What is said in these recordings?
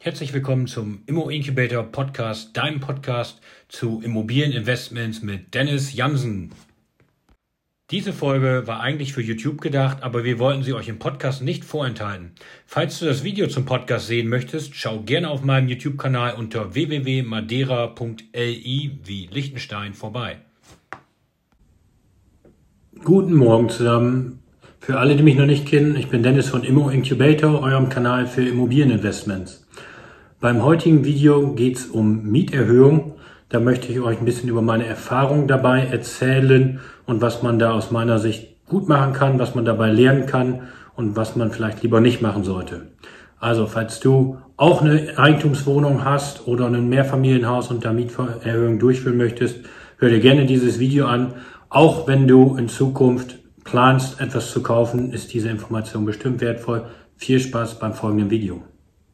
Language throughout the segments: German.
Herzlich willkommen zum Immo Incubator Podcast, deinem Podcast zu Immobilieninvestments mit Dennis Jansen. Diese Folge war eigentlich für YouTube gedacht, aber wir wollten sie euch im Podcast nicht vorenthalten. Falls du das Video zum Podcast sehen möchtest, schau gerne auf meinem YouTube-Kanal unter www.madeira.li wie Liechtenstein vorbei. Guten Morgen zusammen. Für alle, die mich noch nicht kennen, ich bin Dennis von Immo Incubator, eurem Kanal für Immobilieninvestments. Beim heutigen Video geht es um Mieterhöhung. Da möchte ich euch ein bisschen über meine Erfahrung dabei erzählen und was man da aus meiner Sicht gut machen kann, was man dabei lernen kann und was man vielleicht lieber nicht machen sollte. Also, falls du auch eine Eigentumswohnung hast oder ein Mehrfamilienhaus und da Mieterhöhung durchführen möchtest, hör dir gerne dieses Video an. Auch wenn du in Zukunft planst, etwas zu kaufen, ist diese Information bestimmt wertvoll. Viel Spaß beim folgenden Video.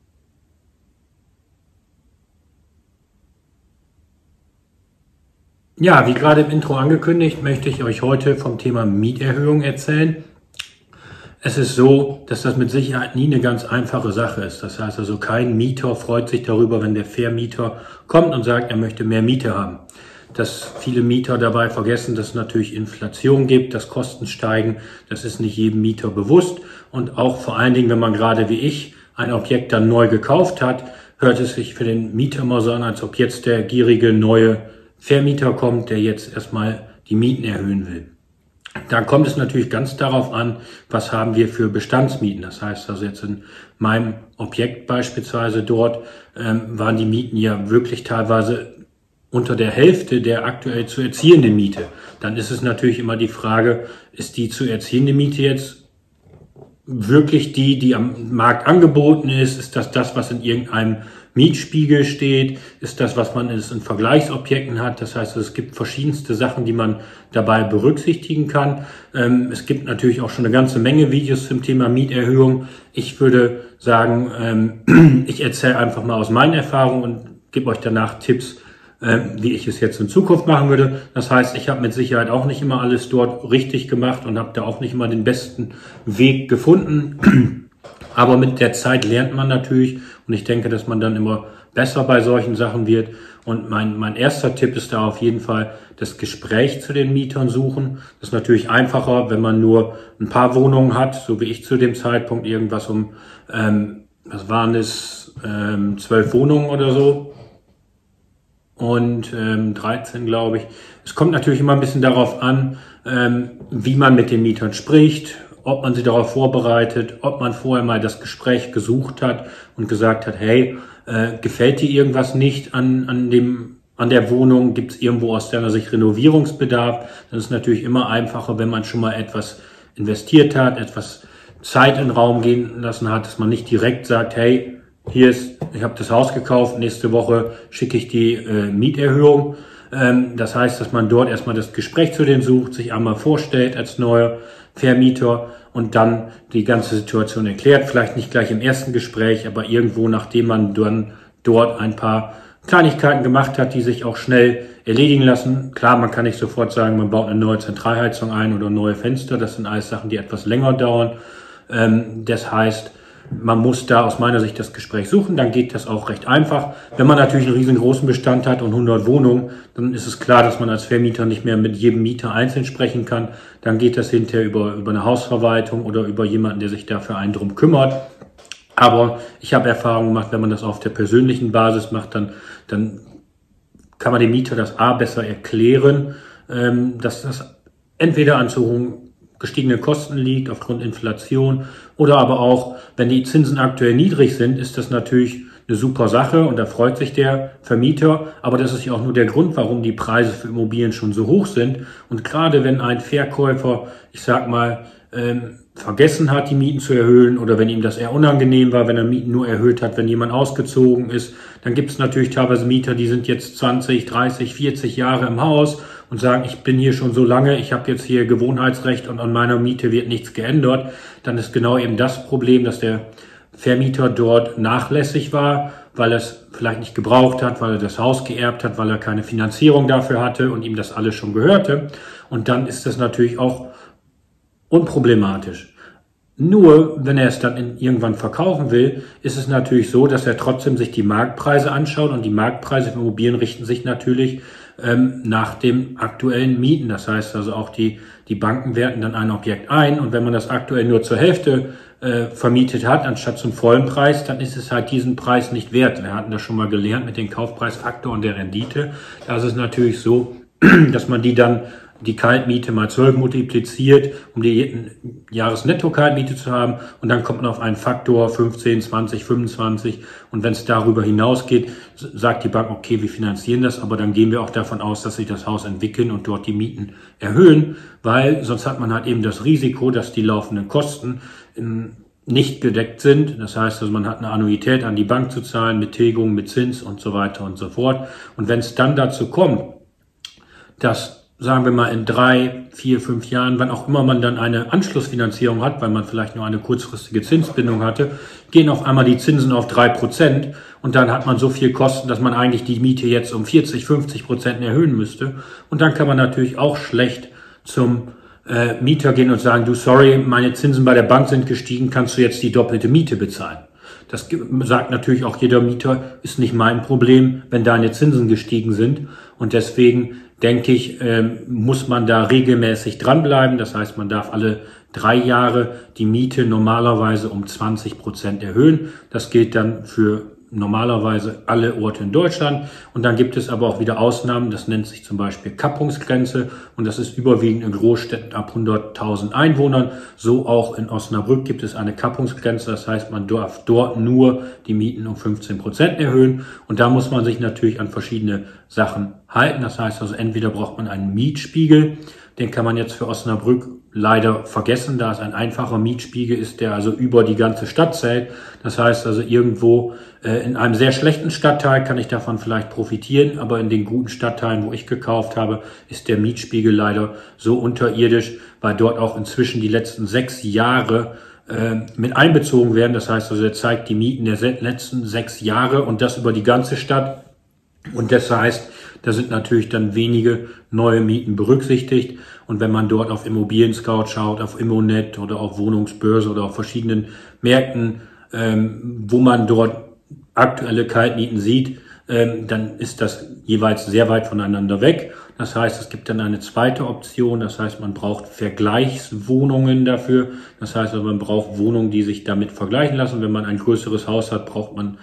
Ja, wie gerade im Intro angekündigt, möchte ich euch heute vom Thema Mieterhöhung erzählen. Es ist so, dass das mit Sicherheit nie eine ganz einfache Sache ist. Das heißt also, kein Mieter freut sich darüber, wenn der Vermieter kommt und sagt, er möchte mehr Miete haben. Dass viele Mieter dabei vergessen, dass es natürlich Inflation gibt, dass Kosten steigen, das ist nicht jedem Mieter bewusst. Und auch vor allen Dingen, wenn man gerade wie ich ein Objekt dann neu gekauft hat, hört es sich für den Mieter immer so an, als ob jetzt der gierige neue Vermieter kommt, der jetzt erstmal die Mieten erhöhen will. Da kommt es natürlich ganz darauf an, was haben wir für Bestandsmieten. Das heißt also jetzt in meinem Objekt beispielsweise dort waren die Mieten ja wirklich teilweise unter der Hälfte der aktuell zu erzielenden Miete. Dann ist es natürlich immer die Frage, ist die zu erzielende Miete jetzt wirklich die am Markt angeboten ist? Ist das, was in irgendeinem Mietspiegel steht? Ist das, was man in Vergleichsobjekten hat? Das heißt, es gibt verschiedenste Sachen, die man dabei berücksichtigen kann. Es gibt natürlich auch schon eine ganze Menge Videos zum Thema Mieterhöhung. Ich würde sagen, ich erzähle einfach mal aus meinen Erfahrungen und gebe euch danach Tipps, wie ich es jetzt in Zukunft machen würde. Das heißt, ich habe mit Sicherheit auch nicht immer alles dort richtig gemacht und habe da auch nicht immer den besten Weg gefunden. Aber mit der Zeit lernt man natürlich und ich denke, dass man dann immer besser bei solchen Sachen wird. Und mein erster Tipp ist da auf jeden Fall das Gespräch zu den Mietern suchen. Das ist natürlich einfacher, wenn man nur ein paar Wohnungen hat, so wie ich zu dem Zeitpunkt irgendwas was waren es, 12 Wohnungen oder so. Und 13, glaube ich. Es kommt natürlich immer ein bisschen darauf an, wie man mit den Mietern spricht, ob man sie darauf vorbereitet, ob man vorher mal das Gespräch gesucht hat und gesagt hat, hey, gefällt dir irgendwas nicht an der Wohnung? Gibt es irgendwo aus deiner Sicht Renovierungsbedarf? Dann ist es natürlich immer einfacher, wenn man schon mal etwas investiert hat, etwas Zeit in den Raum gehen lassen hat, dass man nicht direkt sagt, hey, ich habe das Haus gekauft, nächste Woche schicke ich die Mieterhöhung. Das heißt, dass man dort erstmal das Gespräch zu denen sucht, sich einmal vorstellt als neuer Vermieter und dann die ganze Situation erklärt. Vielleicht nicht gleich im ersten Gespräch, aber irgendwo, nachdem man dann dort ein paar Kleinigkeiten gemacht hat, die sich auch schnell erledigen lassen. Klar, man kann nicht sofort sagen, man baut eine neue Zentralheizung ein oder neue Fenster. Das sind alles Sachen, die etwas länger dauern. Das heißt, man muss da aus meiner Sicht das Gespräch suchen, dann geht das auch recht einfach. Wenn man natürlich einen riesengroßen Bestand hat und 100 Wohnungen, dann ist es klar, dass man als Vermieter nicht mehr mit jedem Mieter einzeln sprechen kann. Dann geht das hinterher über eine Hausverwaltung oder über jemanden, der sich dafür einen drum kümmert. Aber ich habe Erfahrung gemacht, wenn man das auf der persönlichen Basis macht, dann kann man dem Mieter das besser erklären, dass das entweder an zu hohen gestiegene Kosten liegt aufgrund Inflation oder aber auch, wenn die Zinsen aktuell niedrig sind, ist das natürlich eine super Sache und da freut sich der Vermieter, aber das ist ja auch nur der Grund, warum die Preise für Immobilien schon so hoch sind. Und gerade wenn ein Verkäufer, ich sag mal, vergessen hat, die Mieten zu erhöhen oder wenn ihm das eher unangenehm war, wenn er Mieten nur erhöht hat, wenn jemand ausgezogen ist, dann gibt es natürlich teilweise Mieter, die sind jetzt 20, 30, 40 Jahre im Haus und sagen, ich bin hier schon so lange, ich habe jetzt hier Gewohnheitsrecht und an meiner Miete wird nichts geändert. Dann ist genau eben das Problem, dass der Vermieter dort nachlässig war, weil er es vielleicht nicht gebraucht hat, weil er das Haus geerbt hat, weil er keine Finanzierung dafür hatte und ihm das alles schon gehörte. Und dann ist das natürlich auch unproblematisch. Nur, wenn er es dann irgendwann verkaufen will, ist es natürlich so, dass er trotzdem sich die Marktpreise anschaut und die Marktpreise für Immobilien richten sich natürlich nach dem aktuellen Mieten. Das heißt also auch die Banken werten dann ein Objekt ein und wenn man das aktuell nur zur Hälfte vermietet hat, anstatt zum vollen Preis, dann ist es halt diesen Preis nicht wert. Wir hatten das schon mal gelernt mit dem Kaufpreisfaktor und der Rendite. Da ist es natürlich so, dass man die Kaltmiete mal 12 multipliziert, um die Jahresnetto-Kaltmiete zu haben. Und dann kommt man auf einen Faktor 15, 20, 25. Und wenn es darüber hinausgeht, sagt die Bank, okay, wir finanzieren das. Aber dann gehen wir auch davon aus, dass sich das Haus entwickeln und dort die Mieten erhöhen. Weil sonst hat man halt eben das Risiko, dass die laufenden Kosten nicht gedeckt sind. Das heißt, also man hat eine Annuität an die Bank zu zahlen, mit Tilgung, mit Zins und so weiter und so fort. Und wenn es dann dazu kommt, dass, sagen wir mal, in 3, 4, 5 Jahren, wann auch immer man dann eine Anschlussfinanzierung hat, weil man vielleicht nur eine kurzfristige Zinsbindung hatte, gehen auf einmal die Zinsen auf 3% und dann hat man so viel Kosten, dass man eigentlich die Miete jetzt um 40, 50% erhöhen müsste. Und dann kann man natürlich auch schlecht zum Mieter gehen und sagen, du, sorry, meine Zinsen bei der Bank sind gestiegen, kannst du jetzt die doppelte Miete bezahlen? Das sagt natürlich auch jeder Mieter, ist nicht mein Problem, wenn deine Zinsen gestiegen sind. Und deswegen denke ich, muss man da regelmäßig dranbleiben. Das heißt, man darf alle 3 Jahre die Miete normalerweise um 20% erhöhen. Das gilt dann für normalerweise alle Orte in Deutschland. Und dann gibt es aber auch wieder Ausnahmen. Das nennt sich zum Beispiel Kappungsgrenze. Und das ist überwiegend in Großstädten ab 100.000 Einwohnern. So auch in Osnabrück gibt es eine Kappungsgrenze. Das heißt, man darf dort nur die Mieten um 15% erhöhen. Und da muss man sich natürlich an verschiedene Sachen halten. Das heißt also, entweder braucht man einen Mietspiegel. Den kann man jetzt für Osnabrück leider vergessen, da es ein einfacher Mietspiegel ist, der also über die ganze Stadt zählt. Das heißt also, irgendwo in einem sehr schlechten Stadtteil kann ich davon vielleicht profitieren, aber in den guten Stadtteilen, wo ich gekauft habe, ist der Mietspiegel leider so unterirdisch, weil dort auch inzwischen die letzten 6 Jahre mit einbezogen werden. Das heißt also, er zeigt die Mieten der letzten 6 Jahre und das über die ganze Stadt. Und das heißt, da sind natürlich dann wenige neue Mieten berücksichtigt. Und wenn man dort auf Immobilien Scout schaut, auf Immonet oder auf Wohnungsbörse oder auf verschiedenen Märkten, wo man dort aktuelle Kaltmieten sieht, dann ist das jeweils sehr weit voneinander weg. Das heißt, es gibt dann eine zweite Option. Das heißt, man braucht Vergleichswohnungen dafür. Das heißt, also man braucht Wohnungen, die sich damit vergleichen lassen. Wenn man ein größeres Haus hat, braucht man,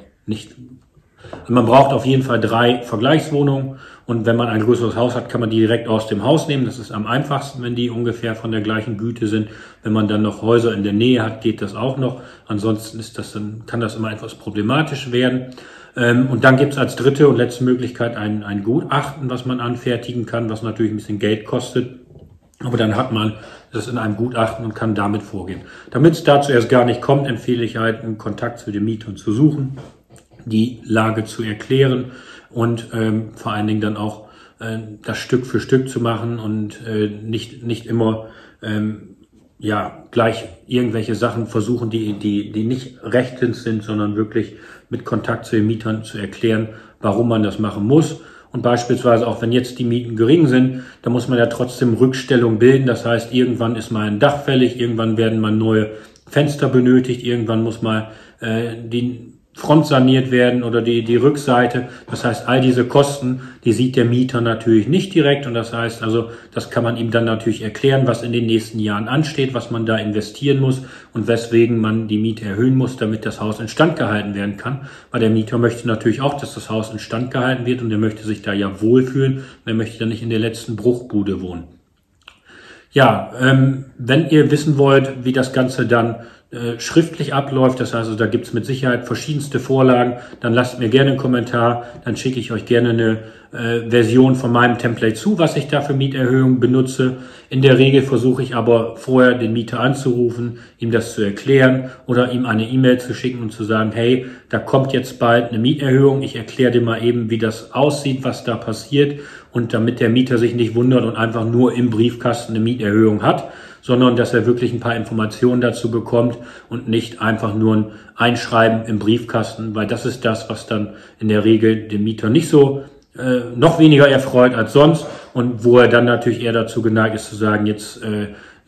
man braucht auf jeden Fall 3 Vergleichswohnungen. Und wenn man ein größeres Haus hat, kann man die direkt aus dem Haus nehmen. Das ist am einfachsten, wenn die ungefähr von der gleichen Güte sind. Wenn man dann noch Häuser in der Nähe hat, geht das auch noch. Ansonsten kann das immer etwas problematisch werden. Und dann gibt es als dritte und letzte Möglichkeit ein Gutachten, was man anfertigen kann, was natürlich ein bisschen Geld kostet. Aber dann hat man das in einem Gutachten und kann damit vorgehen. Damit es dazu erst gar nicht kommt, empfehle ich halt, einen Kontakt zu den Mietern zu suchen, die Lage zu erklären und vor allen Dingen dann auch das Stück für Stück zu machen und nicht immer gleich irgendwelche Sachen versuchen, die nicht rechtens sind, sondern wirklich mit Kontakt zu den Mietern zu erklären, warum man das machen muss. Und beispielsweise auch wenn jetzt die Mieten gering sind, dann muss man ja trotzdem Rückstellung bilden. Das heißt, irgendwann ist mal ein Dach fällig, irgendwann werden mal neue Fenster benötigt, irgendwann muss mal die Front saniert werden oder die Rückseite. Das heißt, all diese Kosten, die sieht der Mieter natürlich nicht direkt. Und das heißt also, das kann man ihm dann natürlich erklären, was in den nächsten Jahren ansteht, was man da investieren muss und weswegen man die Miete erhöhen muss, damit das Haus instand gehalten werden kann. Weil der Mieter möchte natürlich auch, dass das Haus instand gehalten wird und er möchte sich da ja wohlfühlen. Und er möchte dann nicht in der letzten Bruchbude wohnen. Ja, wenn ihr wissen wollt, wie das Ganze dann schriftlich abläuft, das heißt, also da gibt's mit Sicherheit verschiedenste Vorlagen, dann lasst mir gerne einen Kommentar, dann schicke ich euch gerne eine Version von meinem Template zu, was ich da für Mieterhöhungen benutze. In der Regel versuche ich aber vorher den Mieter anzurufen, ihm das zu erklären oder ihm eine E-Mail zu schicken und zu sagen, hey, da kommt jetzt bald eine Mieterhöhung, ich erkläre dir mal eben, wie das aussieht, was da passiert und damit der Mieter sich nicht wundert und einfach nur im Briefkasten eine Mieterhöhung hat, sondern dass er wirklich ein paar Informationen dazu bekommt und nicht einfach nur ein Einschreiben im Briefkasten, weil das ist das, was dann in der Regel den Mieter nicht so noch weniger erfreut als sonst und wo er dann natürlich eher dazu geneigt ist zu sagen, jetzt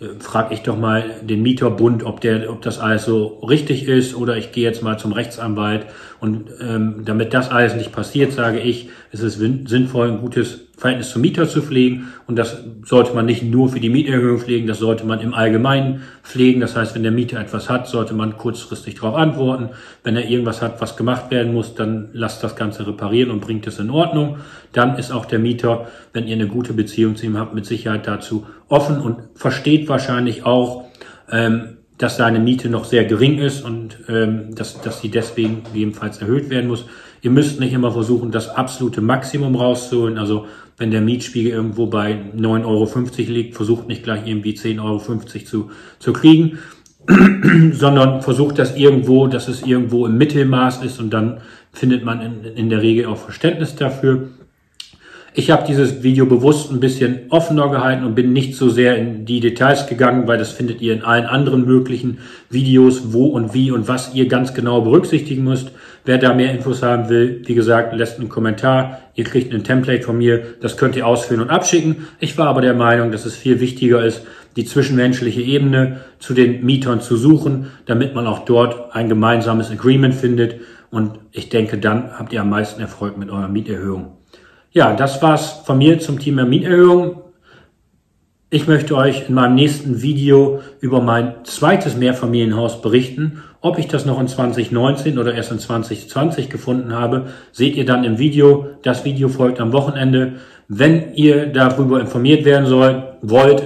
frage ich doch mal den Mieterbund, ob das alles so richtig ist, oder ich gehe jetzt mal zum Rechtsanwalt. Und damit das alles nicht passiert, sage ich, es ist sinnvoll, ein gutes Verhältnis zum Mieter zu pflegen. Und das sollte man nicht nur für die Mieterhöhung pflegen, das sollte man im Allgemeinen pflegen. Das heißt, wenn der Mieter etwas hat, sollte man kurzfristig darauf antworten. Wenn er irgendwas hat, was gemacht werden muss, dann lasst das Ganze reparieren und bringt es in Ordnung. Dann ist auch der Mieter, wenn ihr eine gute Beziehung zu ihm habt, mit Sicherheit dazu offen und versteht wahrscheinlich auch, dass seine Miete noch sehr gering ist und dass sie deswegen gegebenenfalls erhöht werden muss. Ihr müsst nicht immer versuchen, das absolute Maximum rauszuholen. Also wenn der Mietspiegel irgendwo bei 9,50 € liegt, versucht nicht gleich irgendwie 10,50 € zu kriegen, sondern versucht das irgendwo, dass es irgendwo im Mittelmaß ist, und dann findet man in der Regel auch Verständnis dafür. Ich habe dieses Video bewusst ein bisschen offener gehalten und bin nicht so sehr in die Details gegangen, weil das findet ihr in allen anderen möglichen Videos, wo und wie und was ihr ganz genau berücksichtigen müsst. Wer da mehr Infos haben will, wie gesagt, lässt einen Kommentar. Ihr kriegt ein Template von mir, das könnt ihr ausfüllen und abschicken. Ich war aber der Meinung, dass es viel wichtiger ist, die zwischenmenschliche Ebene zu den Mietern zu suchen, damit man auch dort ein gemeinsames Agreement findet. Und ich denke, dann habt ihr am meisten Erfolg mit eurer Mieterhöhung. Ja, das war's von mir zum Thema Mieterhöhung. Ich möchte euch in meinem nächsten Video über mein zweites Mehrfamilienhaus berichten. Ob ich das noch in 2019 oder erst in 2020 gefunden habe, seht ihr dann im Video. Das Video folgt am Wochenende. Wenn ihr darüber informiert werden wollt,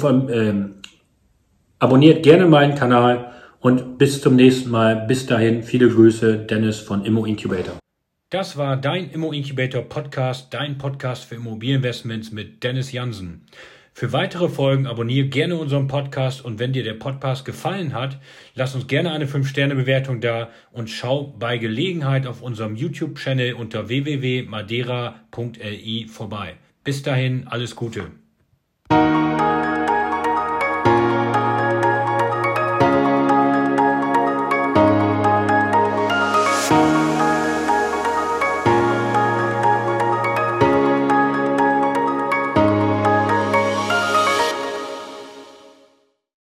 abonniert gerne meinen Kanal und bis zum nächsten Mal. Bis dahin, viele Grüße, Dennis von Immo Incubator. Das war dein Immo Incubator Podcast, dein Podcast für Immobilieninvestments mit Dennis Jansen. Für weitere Folgen abonniere gerne unseren Podcast, und wenn dir der Podcast gefallen hat, lass uns gerne eine 5-Sterne-Bewertung da und schau bei Gelegenheit auf unserem YouTube-Channel unter www.madeira.li vorbei. Bis dahin, alles Gute.